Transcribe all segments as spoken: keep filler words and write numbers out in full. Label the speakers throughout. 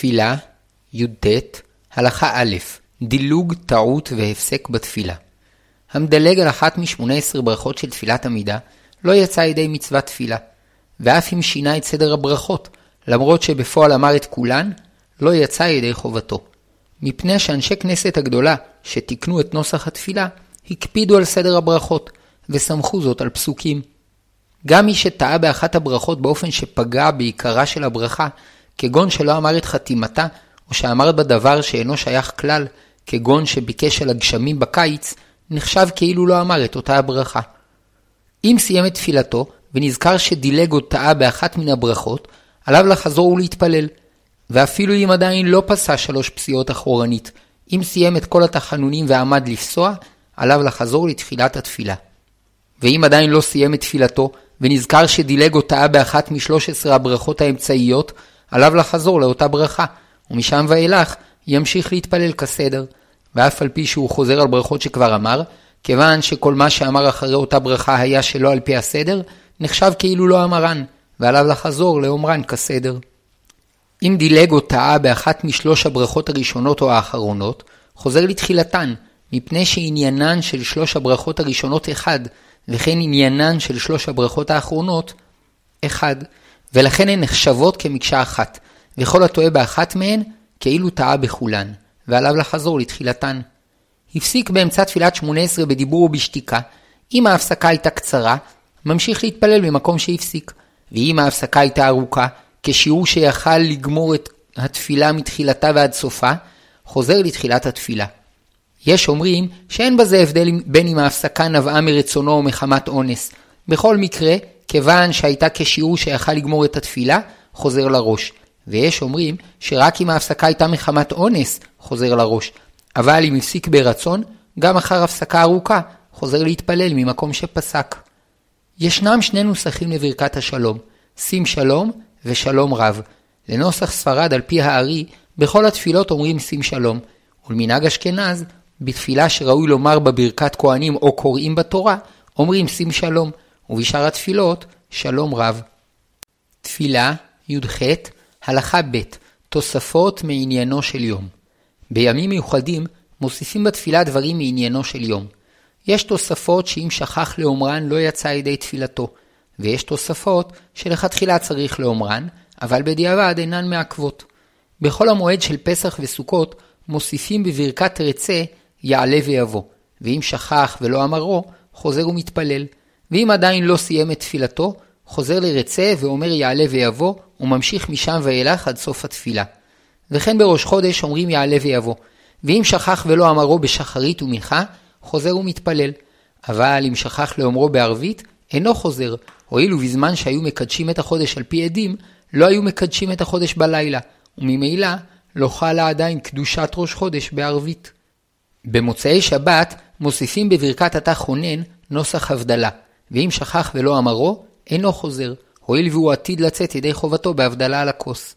Speaker 1: תפילה, י"ט, הלכה א', דילוג, טעות והפסק בתפילה. המדלג על אחת משמונה עשרה ברכות של תפילת עמידה, לא יצא ידי מצוות תפילה, ואף אם שינה את סדר הברכות, למרות שבפועל אמר את כולן, לא יצא ידי חובתו. מפני שאנשי כנסת הגדולה, שתיקנו את נוסח התפילה, הקפידו על סדר הברכות, וסמכו זאת על פסוקים. גם מי שטעה באחת הברכות באופן שפגע בעיקרה של הברכה, כגון שלא אמר את חתימתה, או שאמר בדבר שאינו שייך כלל, כגון שביקש על הגשמים בקיץ, נחשב כאילו לא אמר את אותה הברכה. אם סיים את תפילתו, ונזכר שדילג או טעה באחת מן הברכות, עליו לחזור ולהתפלל. ואפילו אם עדיין לא פסע שלוש פסיעות אחורנית, אם סיים את כל התחנונים ועמד לפסוע, עליו לחזור לתחילת התפילה. ואם עדיין לא סיים את תפילתו, ונזכר שדילג או טעה באחת משלוש עשרה הברכות האמצעיות, עליו לחזור לאותה ברכה, ומשם ואילך ימשיך להתפלל כסדר. ואף על פי שהוא חוזר על ברכות שכבר אמר, כיוון שכל מה שאמר אחרי אותה ברכה היה שלא על פי הסדר, נחשב כאילו לא אמרן, ועליו לחזור לאומרן כסדר. אם דילג או טעה באחת משלוש הברכות הראשונות או האחרונות, חוזר לתחילתן, מפני שעניינן של שלוש הברכות הראשונות אחד, וכן עניינן של שלוש הברכות האחרונות אחד, ולכן הן נחשבות כמקשה אחת, וכל הטועה באחת מהן כאילו טעה בכולן, ועליו לחזור לתחילתן. הפסיק באמצע תפילת שמונה עשרה בדיבור ובשתיקה, אם ההפסקה הייתה קצרה, ממשיך להתפלל במקום שהפסיק, ואם ההפסקה הייתה ארוכה, כשיעור שיכל לגמור את התפילה מתחילתה ועד סופה, חוזר לתחילת התפילה. יש אומרים שאין בזה הבדל בין אם ההפסקה נבעה מרצונו או מחמת אונס. בכל מקרה, כיוון שהייתה כשיעור שיכל לגמור את התפילה, חוזר לראש. ויש אומרים שרק אם ההפסקה הייתה מחמת אונס, חוזר לראש. אבל אם הפסיק ברצון, גם אחר הפסקה ארוכה, חוזר להתפלל ממקום שפסק. ישנם שני נוסחים לברכת השלום, שים שלום ושלום רב. לנוסח ספרד על פי הארי, בכל התפילות אומרים שים שלום, ולמנהג אשכנז, בתפילה שראוי לומר בברכת כהנים או קוראים בתורה, אומרים שים שלום, ובשאר התפילות שלום רב. תפילה, י"ח, הלכה ב', תוספות מעניינו של יום. בימים מיוחדים מוסיפים בתפילה דברים מעניינו של יום. יש תוספות שאם שכח לאומרן לא יצא ידי תפילתו, ויש תוספות שלכתחילה צריך לאומרן, אבל בדיעבד אינן מעכבות. בכל המועד של פסח וסוכות מוסיפים בברכת תרצה יעלה ויבוא, ואם שכח ולא אמרו, חוזר ומתפלל, ואם עדיין לא סיים את תפילתו, חוזר לרצה ואומר יעלה ויבוא, וממשיך משם ואילך עד סוף התפילה. וכן בראש חודש אומרים יעלה ויבוא, ואם שכח ולא אמרו בשחרית ומנחה, חוזר ומתפלל, אבל אם שכח לאומרו בערבית, אינו חוזר, הואיל ובזמן שהיו מקדשים את החודש על פי עדים, לא היו מקדשים את החודש בלילה, וממילא לא חלה עדיין קדושת ראש חודש בערבית. במוצאי שבת מוסיפים בברכת אתה חונן נוסח הבדלה, ואם שכח ולא אמרו, אינו חוזר, הואיל והוא עתיד לצאת ידי חובתו בהבדלה על הכוס.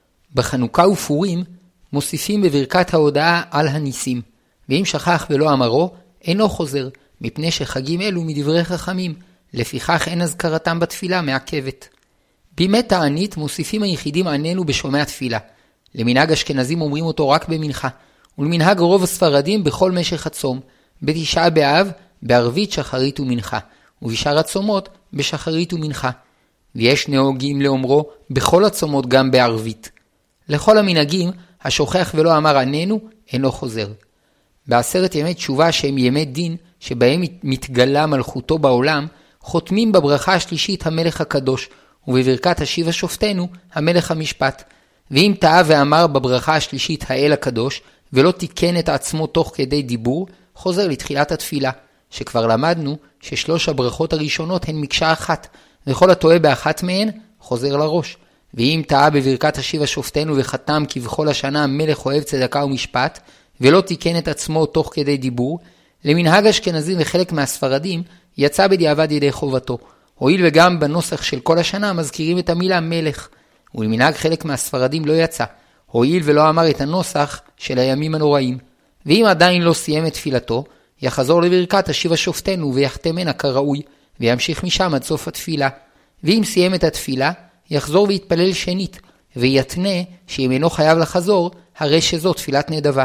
Speaker 1: בחנוכה ופורים מוסיפים בברכת ההודעה על הניסים, ואם שכח ולא אמרו, אינו חוזר, מפני שחגים אלו מדברי חכמים, לפיכך אין הזכרתם בתפילה מעכבת. בימי תענית מוסיפים היחידים עננו בשומע תפילה. למנהג אשכנזים אומרים אותו רק במנחה, ולמנהג רוב הספרדים בכל משך הצום, בתשעה באב, בערבית שחרית ומנחה, ובשאר הצומות בשחרית ומנחה. ויש נהוגים לאומרו בכל הצומות גם בערבית. לכל המנהגים, השוכח ולא אמר עננו, אינו חוזר. בעשרת ימי תשובה שהם ימי דין, שבהם מתגלה מלכותו בעולם, חותמים בברכה השלישית המלך הקדוש, ובברכת השיבה שופטנו המלך המשפט. ואם טעה ואמר בברכה השלישית האל הקדוש, ולא תיקן את עצמו תוך כדי דיבור, חוזר לתחילת התפילה, שכבר למדנו ששלוש הברכות הראשונות הן מקשה אחת, וכל הטועה באחת מהן חוזר לראש. ואם טעה בברכת השיבה שופטנו וחתם כבכל השנה המלך אוהב צדקה ומשפט, ולא תיקן את עצמו תוך כדי דיבור, למנהג אשכנזים וחלק מהספרדים יצא בדיעבד ידי חובתו, הואיל וגם בנוסח של כל השנה מזכירים את המילה מלך, ולמנהג חלק מהספרדים לא יצא, הואיל ולא אמר את הנוסח של הימים הנוראים. ואם עדיין לא סיים את תפילתו, יחזור לברכת השיבה שופטנו ויחתמנה כראוי, וימשיך משם עד סוף התפילה. ואם סיים את התפילה, יחזור ויתפלל שנית, ויתנה שאם אינו חייב לחזור, הרי שזו תפילת נדבה.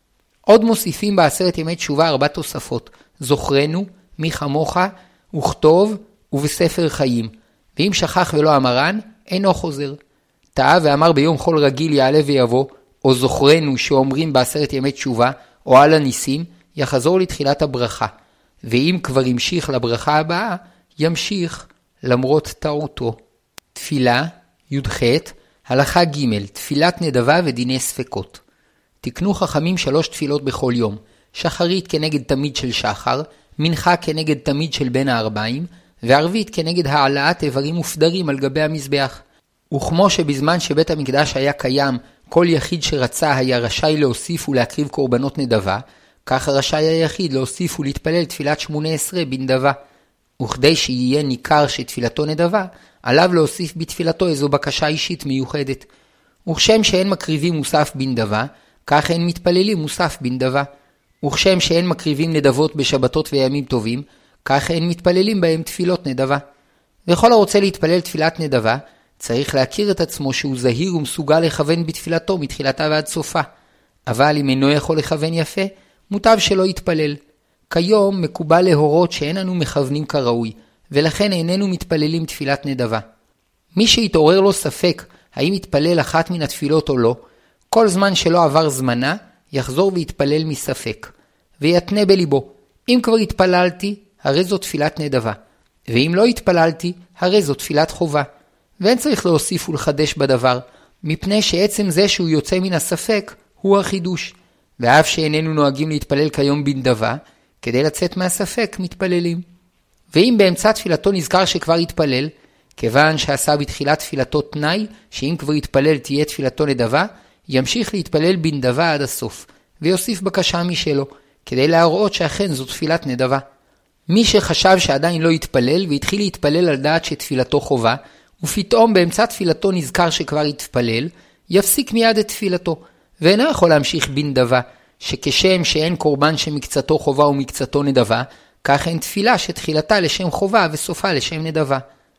Speaker 1: עוד מוסיפים בעשרת ימי תשובה ארבע תוספות, זוכרנו, מי כמוך, וכתוב, ובספר חיים. ואם שכח ולא אמרן, אינו חוזר. טעה ואמר ביום חול רגיל יעלה ויבוא, או זוכרנו שאומרים בעשרת ימי תשובה, או על הניסים, יחזור לתחילת הברכה. ואם כבר המשיך לברכה הבאה, ימשיך למרות טעותו. תפילה, י"ח, הלכה ג', תפילת נדבה ודיני ספקות. תקנו חכמים שלוש תפילות בכל יום, שחרית כנגד תמיד של שחר, מנחה כנגד תמיד של בין הארבעים, וערבית כנגד העלאת איברים ופדרים על גבי המזבח. וכמו שבזמן שבית המקדש היה קיים, כל יחיד שרצה היה רשאי להוסיף ולהקריב קורבנות נדבה, כך רשאי היחיד להוסיף ולהתפלל תפילת שמונה עשרה בנדבה. וכדי שיהיה ניכר שתפילתו נדבה, עליו להוסיף בתפילתו איזו בקשה אישית מיוחדת. וכשם שאין מקריבים מוסף בנדבה, כך אין מתפללים מוסף בנדבה. וכשם שאין מקריבים נדבות בשבתות וימים טובים, כך אין מתפללים בהם תפילות נדבה. וכל הרוצה להתפלל תפילת נדבה, צריך להכיר את עצמו שהוא זהיר ומסוגל לכוון בתפילתו מתחילתה ועד סופה. אבל אם אינו יכול לכוון יפה, מוטב שלא יתפלל. כיום מקובל להורות שאין אנו מכוונים כראוי, ולכן איננו מתפללים תפילת נדבה. מי שהתעורר לו ספק האם יתפלל אחת מן התפילות או לא, כל זמן שלא עבר זמנה, יחזור ויתפלל מספק. ויתנה בליבו, אם כבר התפללתי, הרי זו תפילת נדבה. ואם לא התפללתי, הרי זו תפילת חובה. ואין צריך להוסיף ולחדש בדבר, מפני שעצם זה שהוא יוצא מן הספק, הוא החידוש. ואף שאיננו נוהגים להתפלל כיום בנדבה, כדי לצאת מהספק מתפללים. ואם באמצע תפילתו נזכר שכבר התפלל, כיוון שעשה בתחילת תפילתו תנאי, שאם כבר התפלל תהיה תפילתו נדבה, ימשיך להתפלל בנדבה עד הסוף, ויוסיף בקשה משלו, כדי להראות שאכן זו תפילת נדבה. מי שחשב שעדיין לא התפלל, והתחיל להתפלל על דעת שתפילתו חובה, ופתאום באמצע תפילתו נזכר שכבר התפלל, יפסיק מיד את תפילתו, ואינו יכול להמשיך בנדבה, שכשם שאין קורבן שמקצתו חובה ומקצתו נדבה, כך אין תפילה שתחילתה לשם חובה וסופה לשם נדבה.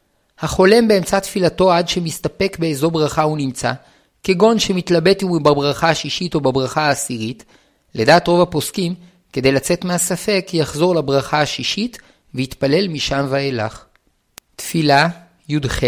Speaker 1: החולם באמצע תפילתו עד שמסתפק באיזו ברכה הוא נמצא, כגון שמתלבט אם הוא בברכה השישית או בברכה העשירית, לדעת רוב הפוסקים, כדי לצאת מהספק יחזור לברכה השישית ויתפלל משם ואילך. תפילה, י"ח,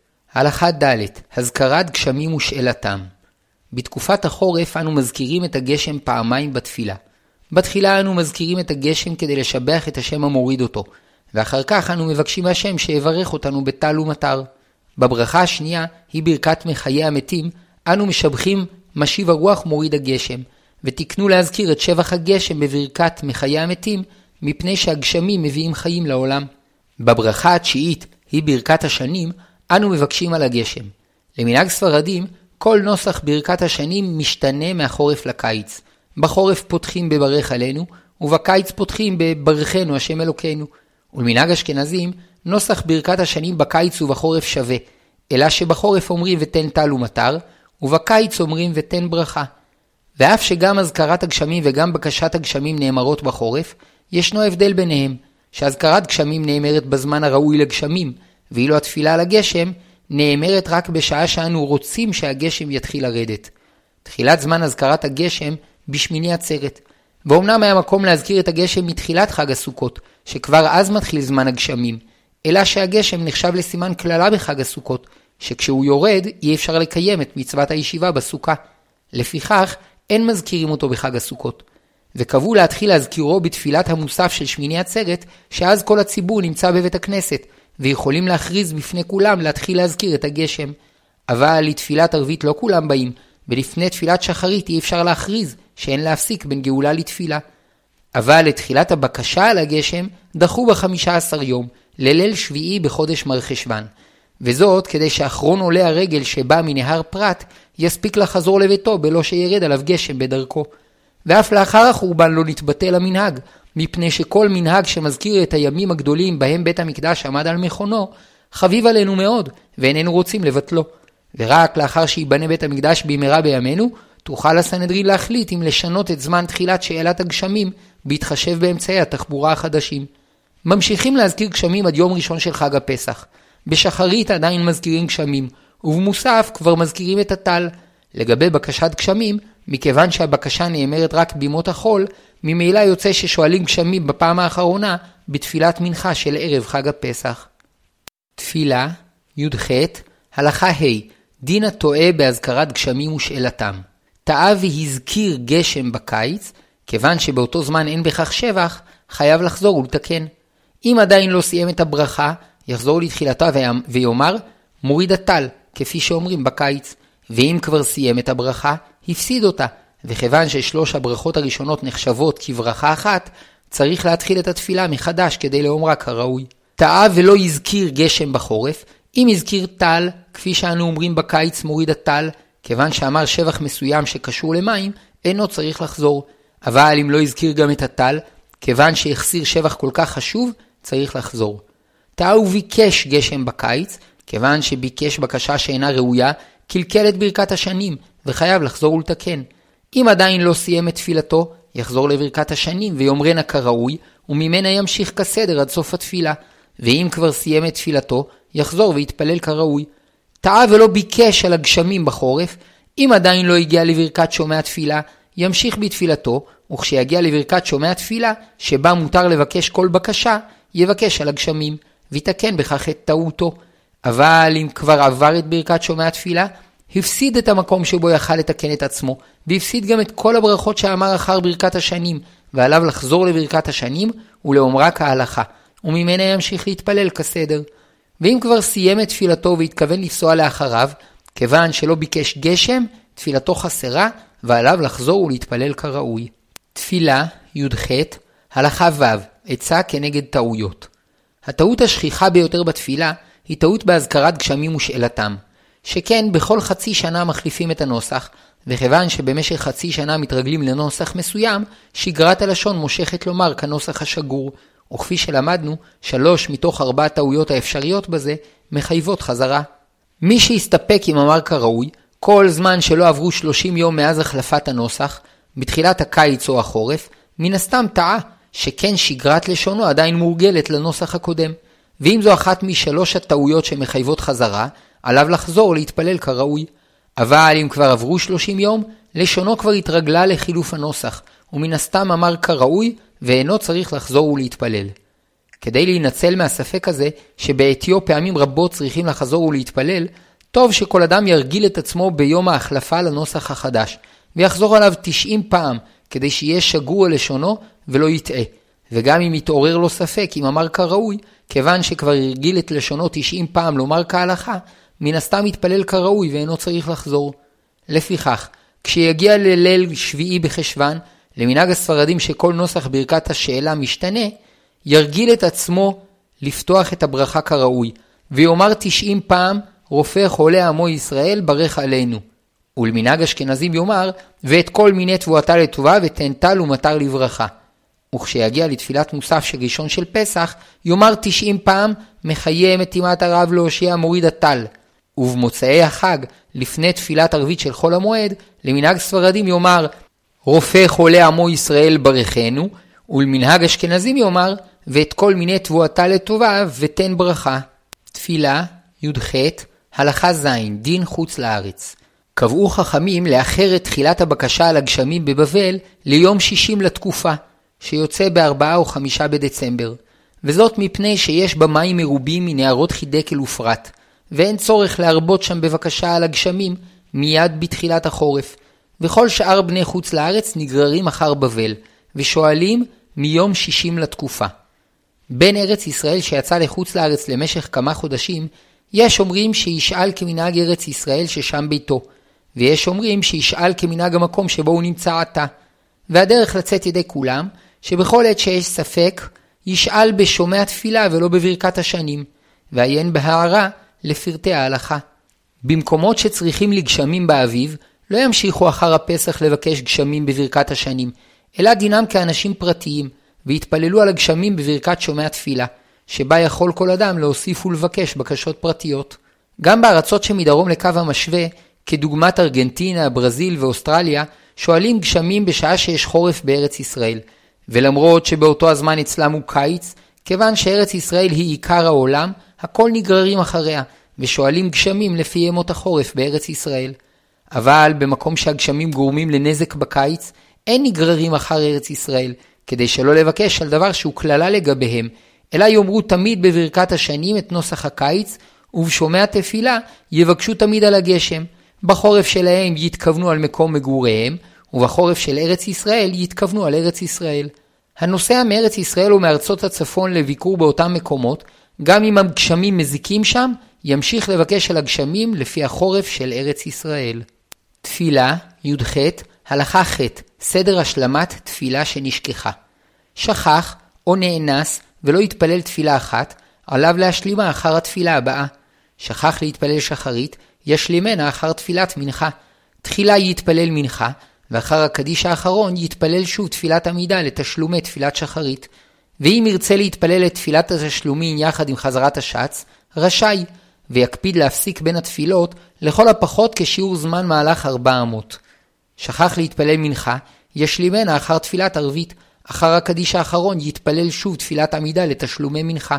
Speaker 1: הלכה ד', הזכרת גשמים ושאלתם. בתקופת החורף אנו מזכירים את הגשם פעמיים בתפילה. בתחילה אנו מזכירים את הגשם כדי לשבח את השם המוריד אותו, ואחר כך אנו מבקשים השם שיברך אותנו בטל ומטר. בברכה השנייה היא ברכת מחיי המתים, אנו משבחים משיב הרוח מוריד הגשם, ותקנו להזכיר את שבח הגשם בברכת מחיי המתים, מפני שהגשמים מביאים חיים לעולם. בברכה התשיעית היא ברכת השנים, אנו מבקשים על הגשם. למנהג ספרדים, כל נוסח ברכת השנים משתנה מהחורף לקיץ. בחורף פותחים בברך עלינו, ובקיץ פותחים בברכנו השם אלוקינו. ולמנהג אשכנזים, נוסח ברכת השנים בקיץ ובחורף שווה, אלא שבחורף אומרים ותן טל ומטר, ובקיץ אומרים ותן ברכה. ואף שגם הזכרת הגשמים וגם בקשת הגשמים נאמרות בחורף, ישנו הבדל ביניהם, שהזכרת גשמים נאמרת בזמן הראוי לגשמים, ואילו התפילה על הגשם נאמרת רק בשעה שאנו רוצים שהגשם יתחיל לרדת. תחילת זמן הזכרת הגשם בשמיני עצרת, ואומנם היה מקום להזכיר את הגשם מתחילת חג הסוכות, שכבר אז מתחיל זמן הגשמים, אלא שהגשם נחשב לסימן כללה בחג הסוכות, שכשהוא יורד אי אפשר לקיים את מצוות הישיבה בסוכה. לפיכך אין מזכירים אותו בחג הסוכות. וקבעו להתחיל להזכירו בתפילת המוסף של שמיני עצרת, שאז כל הציבור נמצא בבית הכנסת, ויכולים להכריז בפני כולם להתחיל להזכיר את הגשם. אבל לתפילת ערבית לא כולם באים, ולפני תפילת שחרית אי אפשר להכריז שאין להפסיק בין גאולה לתפילה. אבל לתחילת הבקשה על הגשם דחו בחמישה עשר יום, לליל שביעי בחודש מרחשוון. וזאת כדי שאחרון עולה הרגל שבא מנהר פרת יספיק לחזור לביתו בלא שירד עליו גשם בדרכו. ואף לאחר החורבן לא נתבטל המנהג, מפני שכל מנהג שמזכיר את הימים הגדולים בהם בית המקדש עמד על מכונו, חביב עלינו מאוד, ואיננו רוצים לבטלו. ורק לאחר שיבנה בית המקדש במהרה בימינו, תוכל הסנהדרין להחליט אם לשנות את זמן תחילת שאלת הגשמים, בהתחשב באמצעי התחבורה החדשים. ממשיכים להזכיר גשמים עד יום ראשון של חג הפסח. בשחרית עדיין מזכירים גשמים, ובמוסף כבר מזכירים את הטל. לגבי בקשת גשמים, מכיוון שהבקשה נאמרת רק בימות החול, ממילא יוצא ששואלים גשמים בפעם האחרונה בתפילת מנחה של ערב חג הפסח. תפילה, י"ח, הלכה ה', דין הטועה בהזכרת גשמים ושאלתם. טעה והזכיר גשם בקיץ, כיוון שבאותו זמן אין בכך שבח, חייב לחזור ולתקן. אם עדיין לא סיים את הברכה, יחזור לתחילתה ויאמר, מוריד הטל, כפי שאומרים בקיץ. ואם כבר סיים את הברכה, הפסיד אותה, וכיוון ששלוש הברכות הראשונות נחשבות כברכה אחת, צריך להתחיל את התפילה מחדש כדי לאומרה כראוי. טעה ולא יזכיר גשם בחורף, אם יזכיר טל, כפי שאנו אומרים בקיץ מוריד הטל, כיוון שאמר שבח מסוים שקשור למים, אינו צריך לחזור. אבל אם לא יזכיר גם את הטל, כיוון שהחסיר שבח כל כך חשוב, צריך לחזור. טעה וביקש גשם בקיץ, כיוון שביקש בקשה שאינה ראויה, קלקל את ברכת השנים, וחייב לחזור ולתקן. אם עדיין לא סיים את תפילתו, יחזור לברכת השנים ויאמרנה כראוי, וממנה ימשיך כסדר עד סוף התפילה. ואם כבר סיים את תפילתו, יחזור ויתפלל כראוי. טעה ולא ביקש על הגשמים בחורף, אם עדיין לא הגיע לברכת שומע תפילה, ימשיך בתפילתו, וכשיגיע לברכת שומע תפילה, שבה מותר לבקש כל בקשה, יבקש על הגשמים, ויתקן בכך את טעותו. אבל אם כבר עבר את ברכת שומע תפילה, הפסיד את המקום שבו יכל לתקן את עצמו, והפסיד גם את כל הברכות שאמר אחר ברכת השנים, ועליו לחזור לברכת השנים ולאומרה כהלכה, וממנה ימשיך להתפלל כסדר. ואם כבר סיים את תפילתו והתכוון לפסוע לאחריו, כיוון שלא ביקש גשם, תפילתו חסרה, ועליו לחזור ולהתפלל כראוי. תפילה, י"ח, הלכה ו', עצה כנגד טעויות. הטעות השכיחה ביותר בתפילה היא טעות בהזכרת גשמים ושאלתם. שכן בכל חצי שנה מחליפים את הנוסח, וכיוון שבמשך חצי שנה מתרגלים לנוסח מסוים, שגרת הלשון מושכת לומר כנוסח השגור, וכפי שלמדנו, שלוש מתוך ארבע טעויות האפשריות בזה מחייבות חזרה. מי שיסתפק עם אמר כראוי, כל זמן שלא עברו שלושים יום מאז החלפת הנוסח, בתחילת הקיץ או החורף, מן הסתם טעה, שכן שגרת לשונו עדיין מורגלת לנוסח הקודם. ואם זו אחת משלוש הטעויות שמחייבות חזרה, עליו לחזור להתפלל כראוי. אבל אם כבר עברו שלושים יום, לשונו כבר התרגלה לחילוף הנוסח, ומן הסתם אמר כראוי, ואינו צריך לחזור ולהתפלל. כדי להינצל מהספק הזה, שבעתיו פעמים רבות צריכים לחזור ולהתפלל, טוב שכל אדם ירגיל את עצמו ביום ההחלפה לנוסח החדש, ויחזור עליו תשעים פעם, כדי שיהיה שגור על לשונו ולא יטעה. וגם אם יתעורר לו ספק אם אמר כראוי, כיוון שכבר הרגיל את לשונו תשעים פעם לומר כהלכה, מן הסתם יתפלל כראוי ואינו צריך לחזור. לפיכך, כשיגיע לליל שביעי בחשוון, למנהג הספרדים שכל נוסח ברכת השאלה משתנה, ירגיל את עצמו לפתוח את הברכה כראוי, ויאמר תשעים פעם, רופא חולה עמו ישראל ברך עלינו. ולמנהג אשכנזים יאמר, ואת כל מיני תבואתה לטובה ותן טל ומטר לברכה. וכשיגיע לתפילת מוסף של ראשון של פסח, יאמר תשעים פעם, מחיים את תימת הרב להושיע מוריד הטל. ובמוצאי החג, לפני תפילת ערבית של חול המועד, למנהג ספרדים יאמר, רופא חולה עמו ישראל ברכנו, ולמנהג אשכנזים יאמר, ואת כל מיני תבואתה לטובה ותן ברכה. תפילה, י"ח, הלכה ז', דין חוץ לארץ. קבעו חכמים לאחר את תחילת הבקשה על הגשמים בבבל ליום שישים לתקופה, שיוצא בארבעה או חמישה בדצמבר, וזאת מפני שיש במים מרובים מנהרות חידקל ופרת, ואין צורך להרבות שם בבקשה על הגשמים מיד בתחילת החורף, וכל שאר בני חוץ לארץ נגררים אחר בבל, ושואלים מיום שישים לתקופה. בן ארץ ישראל שיצא לחוץ לארץ למשך כמה חודשים, יש אומרים שישאל כמנהג ארץ ישראל ששם ביתו, ויש אומרים שישאל כמנהג המקום שבו הוא נמצא עתה. והדרך לצאת ידי כולם, שבכל עת שיש ספק, ישאל בשומע תפילה ולא בברכת השנים, ועיין בהערה לפרטי ההלכה. במקומות שצריכים לגשמים באביב, לא ימשיכו אחר הפסח לבקש גשמים בברכת השנים, אלא דינם כאנשים פרטיים, והתפללו על הגשמים בברכת שומע תפילה, שבה יכול כל אדם להוסיף ולבקש בקשות פרטיות. גם בארצות שמדרום לקו המשווה, כדוגמת ארגנטינה, ברזיל ואוסטרליה, שואלים גשמים בשעה שיש חורף בארץ ישראל, ולמרות שבאותו הזמן אצלם הוא קיץ, כיוון שארץ ישראל היא עיקר העולם, הכל נגררים אחריה, ושואלים גשמים לפי ימות החורף בארץ ישראל. אבל במקום שהגשמים גורמים לנזק בקיץ, אין נגררים אחר ארץ ישראל, כדי שלא לבקש על דבר שהוא כללה לגביהם, אלא יאמרו תמיד בברכת השנים את נוסח הקיץ, ובשומע תפילה יבקשו תמיד על הגשם. בחורף שלהם יתכוונו על מקום מגוריהם, ובחורף של ארץ ישראל יתכוונו על ארץ ישראל. הנוסע מארץ ישראל ומארצות הצפון לביקור באותם מקומות, גם אם הגשמים מזיקים שם, ימשיך לבקש על הגשמים לפי החורף של ארץ ישראל. תפילה, י"ח, הלכה ח', סדר השלמת תפילה שנשכחה. שכח או נאנס ולא יתפלל תפילה אחת, עליו להשלימה אחר התפילה הבאה. שכח להתפלל שחרית, ישלימנה אחר תפילת מנחה. תחילה יתפלל מנחה, ואחר הקדיש האחרון יתפלל שוב תפילת עמידה לתשלומי תפילת שחרית. ואם ירצה להתפלל את תפילת התשלומין יחד עם חזרת השץ, רשאי, ויקפיד להפסיק בין התפילות לכל הפחות כשיעור זמן מהלך ארבע אמות. שכח להתפלל מנחה, ישלימנה אחר תפילת ערבית, אחר הקדיש האחרון יתפלל שוב תפילת עמידה לתשלומי מנחה.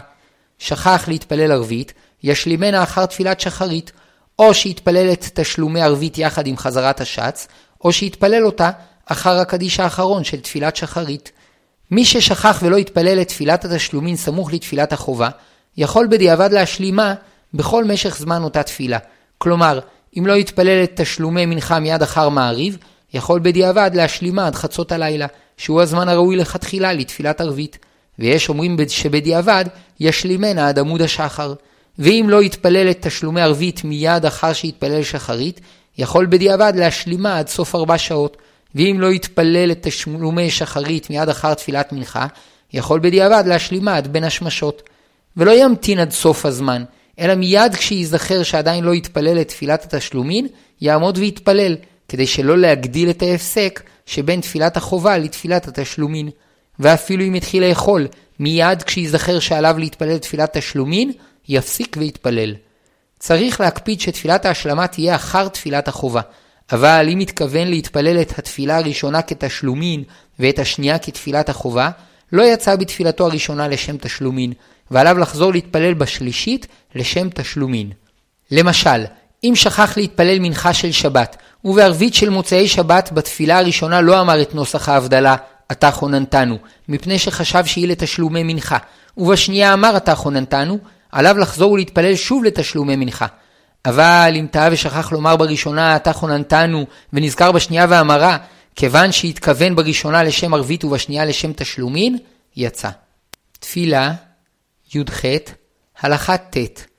Speaker 1: שכח להתפלל ערבית, ישלימנה אחר תפילת שחרית, או שיתפלל את תשלומי ערבית יחד עם חזרת השץ, או שיתפלל אותה אחר הקדיש האחרון של תפילת שחרית. מי ששכח ולא יתפלל את תפילת התשלומין סמוך לתפילת החובה, יכול בדיעבד להשלימה בכל משך זמן אותה תפילה. כלומר, אם לא יתפלל את תשלומי מנחה מיד אחר מעריב, יכול בדיעבד להשלימה עד חצות הלילה, שהוא הזמן הראוי לכתחילה לתפילת ערבית. ויש אומרים שבדיעבד ישלימנה עד עמוד השחר. ואם לא יתפלל את תשלומי ערבית מיד אחר שיתפלל שחרית, יכול בדיעבד להשלימה עד סוף ארבע שעות. ואם לא יתפלל את תשלומי שחרית מיד אחר תפילת מנחה, יכול בדיעבד להשלימה עד בין השמשות. ולא ימתין עד סוף הזמן, אלא מיד כשיזכר שעדיין לא יתפלל את תפילת התשלומין, יעמוד ויתפלל, כדי שלא להגדיל את ההפסק שבין תפילת החובה לתפילת התשלומין. ואפילו אם יתחיל לאכול, מיד כשיזכר שעליו להתפלל תפילת תשלומין, יפסיק ויתפלל. צריך להקפיד שתפילת ההשלמה תהיה אחר תפילת החובה, אבל אם מתכוון להתפלל את התפילה הראשונה כתשלומין ואת השנייה כתפילת החובה, לא יצא בתפילתו הראשונה לשם תשלומין, ועליו לחזור להתפלל בשלישית לשם תשלומין. למשל, אם שכח להתפלל מנחה של שבת, ובערבית של מוצאי שבת בתפילה הראשונה לא אמר את נוסח ההבדלה, אתה חוננתנו, מפני שחשב שהיא לתשלומי מנחה, ובשנייה אמר אתה חוננתנו, עליו לחזור ולהתפלל שוב לתשלומי מנחה. אבל אם טעה ושכח לומר בראשונה אתה חוננתנו, ונזכר בשנייה ואמרה, כיוון שהתכוון בראשונה לשם ערבית ובשנייה לשם תשלומין, יצא. תפילה, י"ח, הלכה ט',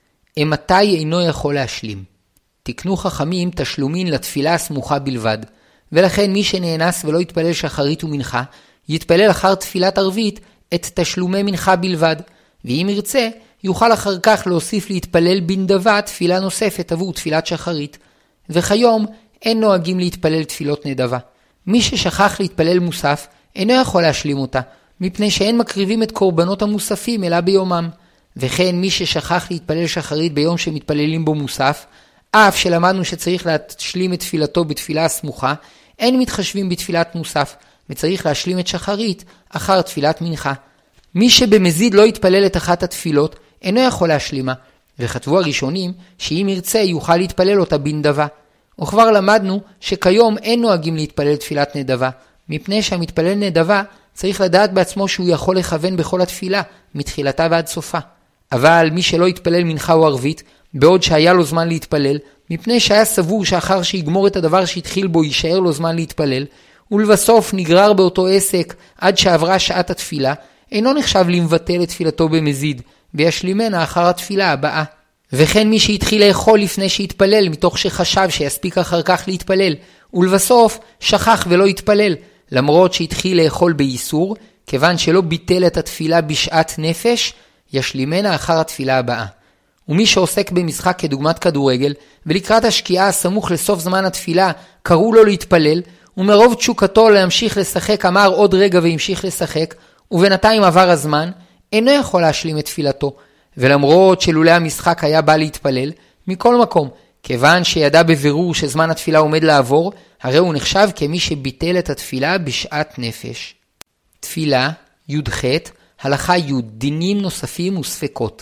Speaker 1: אמתי אינו יכול להשלים. תקנו חכמים תשלומין לתפילה הסמוכה בלבד, ולכן מי שנאנס ולא יתפלל שחרית ומנחה, יתפלל אחר תפילת ערבית את תשלומי מנחה בלבד, ואם ירצה, יוכל אחר כך להוסיף להתפלל בנדבה תפילה נוספת עבור תפילת שחרית. וכיום אין נוהגים להתפלל תפילות נדבה. מי ששכח להתפלל מוסף אינו יכול להשלים אותה, מפני שאין מקריבים את קורבנות המוספים אלא ביומם. וכן מי ששכח להתפלל שחרית ביום שמתפללים בו מוסף, אף שלמדנו שצריך להשלים את תפילתו בתפילה הסמוכה, אין מתחשבים בתפילת מוסף, וצריך להשלים את שחרית אחר תפילת מנחה. מי שבמזיד לא יתפלל את אחת התפילות, אינו יכול להשלימה, וכתבו הראשונים שאם ירצה יוכל להתפלל אותה בנדבה. וכבר למדנו שכיום אין נוהגים להתפלל תפילת נדבה, מפני שהמתפלל נדבה צריך לדעת בעצמו שהוא יכול לכוון בכל התפילה, מתחילתה ועד סופה. אבל מי שלא יתפלל מנחה או ערבית, בעוד שהיה לו זמן להתפלל, מפני שהיה סבור שאחר שיגמור את הדבר שהתחיל בו יישאר לו זמן להתפלל, ולבסוף נגרר באותו עסק עד שעברה שעת התפילה, אינו נחשב למבטל את תפילתו במזיד, וישלימנה אחר התפילה הבאה. וכן מי שהתחיל לאכול לפני שהתפלל, מתוך שחשב שיספיק אחר כך להתפלל, ולבסוף שכח ולא התפלל, למרות שהתחיל לאכול באיסור, כיוון שלא ביטל את התפילה בשעת נפש, ישלימנה אחר התפילה הבאה. ומי שעוסק במשחק כדוגמת כדורגל, ולקראת השקיעה הסמוך לסוף זמן התפילה, קראו לו להתפלל, ומרוב תשוקתו להמשיך לשחק אמר עוד רגע והמשיך לשחק, ובינתיים עבר הזמן, אינו יכול להשלים את תפילתו, ולמרות שלולא המשחק היה בא להתפלל, מכל מקום, כיוון שידע בבירור שזמן התפילה עומד לעבור, הרי הוא נחשב כמי שביטל את התפילה בשעת נפש. תפילה, י"ח, הלכה י', דינים נוספים וספקות.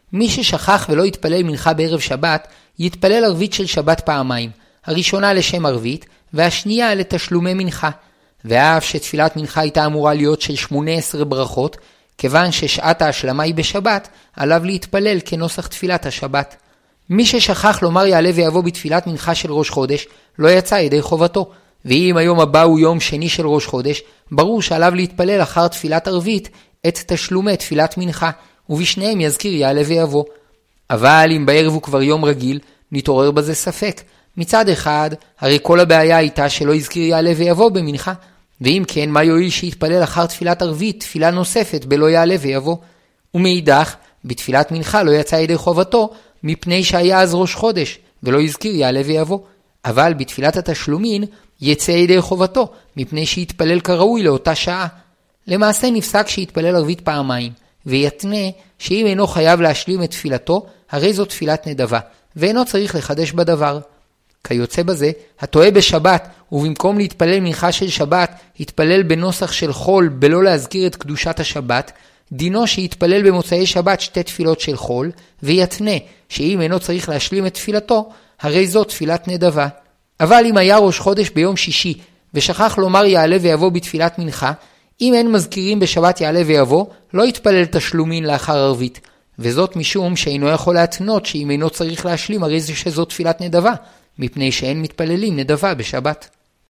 Speaker 1: מי ששכח ולא יתפלל מנחה בערב שבת, יתפלל ערבית של שבת פעמיים, הראשונה לשם ערבית, והשנייה לתשלומי מנחה. ואף שתפילת מנחה הייתה אמורה להיות של שמונה עשרה ברכות, כיוון ששעת ההשלמה היא בשבת, עליו להתפלל כנוסח תפילת השבת. מי ששכח לומר יעלה ויבוא בתפילת מנחה של ראש חודש, לא יצא ידי חובתו. ואם היום הבא הוא יום שני של ראש חודש, ברור שעליו להתפלל אחר תפילת ערבית את תשלומי תפילת מנחה, ובשניהם יזכיר יעלה ויבוא. אבל אם בערב הוא כבר יום רגיל, נתעורר בזה ספק. מצד אחד, הרי כל הבעיה הייתה שלא יזכיר יעלה ויבוא במנחה, ואם כן, מה יועיל שיתפלל אחר תפילת ערבית, תפילה נוספת בלא יעלה ויבוא? ומאידך, בתפילת מנחה לא יצא ידי חובתו, מפני שהיה אז ראש חודש, ולא יזכיר יעלה ויבוא. אבל בתפילת התשלומין, יצא ידי חובתו, מפני שיתפלל כראוי לאותה שעה. למעשה נפסק שיתפלל ערבית פעמיים, ויתנה שאם אינו חייב להשלים את תפילתו, הרי זו תפילת נדבה, ואינו צריך לחדש בדבר. כיוצא בזה, הטועה בשבת, ובמקום להתפלל מנחה של שבת, התפלל בנוסח של חול בלא להזכיר את קדושת השבת, דינו שיתפלל במוצאי שבת שתי תפילות של חול, ויתנה שאם אינו צריך להשלים את תפילתו, הרי זו תפילת נדבה. אבל אם היה ראש חודש ביום שישי, ושכח לומר יעלה ויבוא בתפילת מנחה, אם אין מזכירים בשבת יעלה ויבוא, לא יתפלל תשלומין לאחר ערבית, וזאת משום שאינו יכול להתנות שאם אינו צריך להשלים הרי שזו תפילת נדבה, מפני שאין מתפללים נדבה בשבת.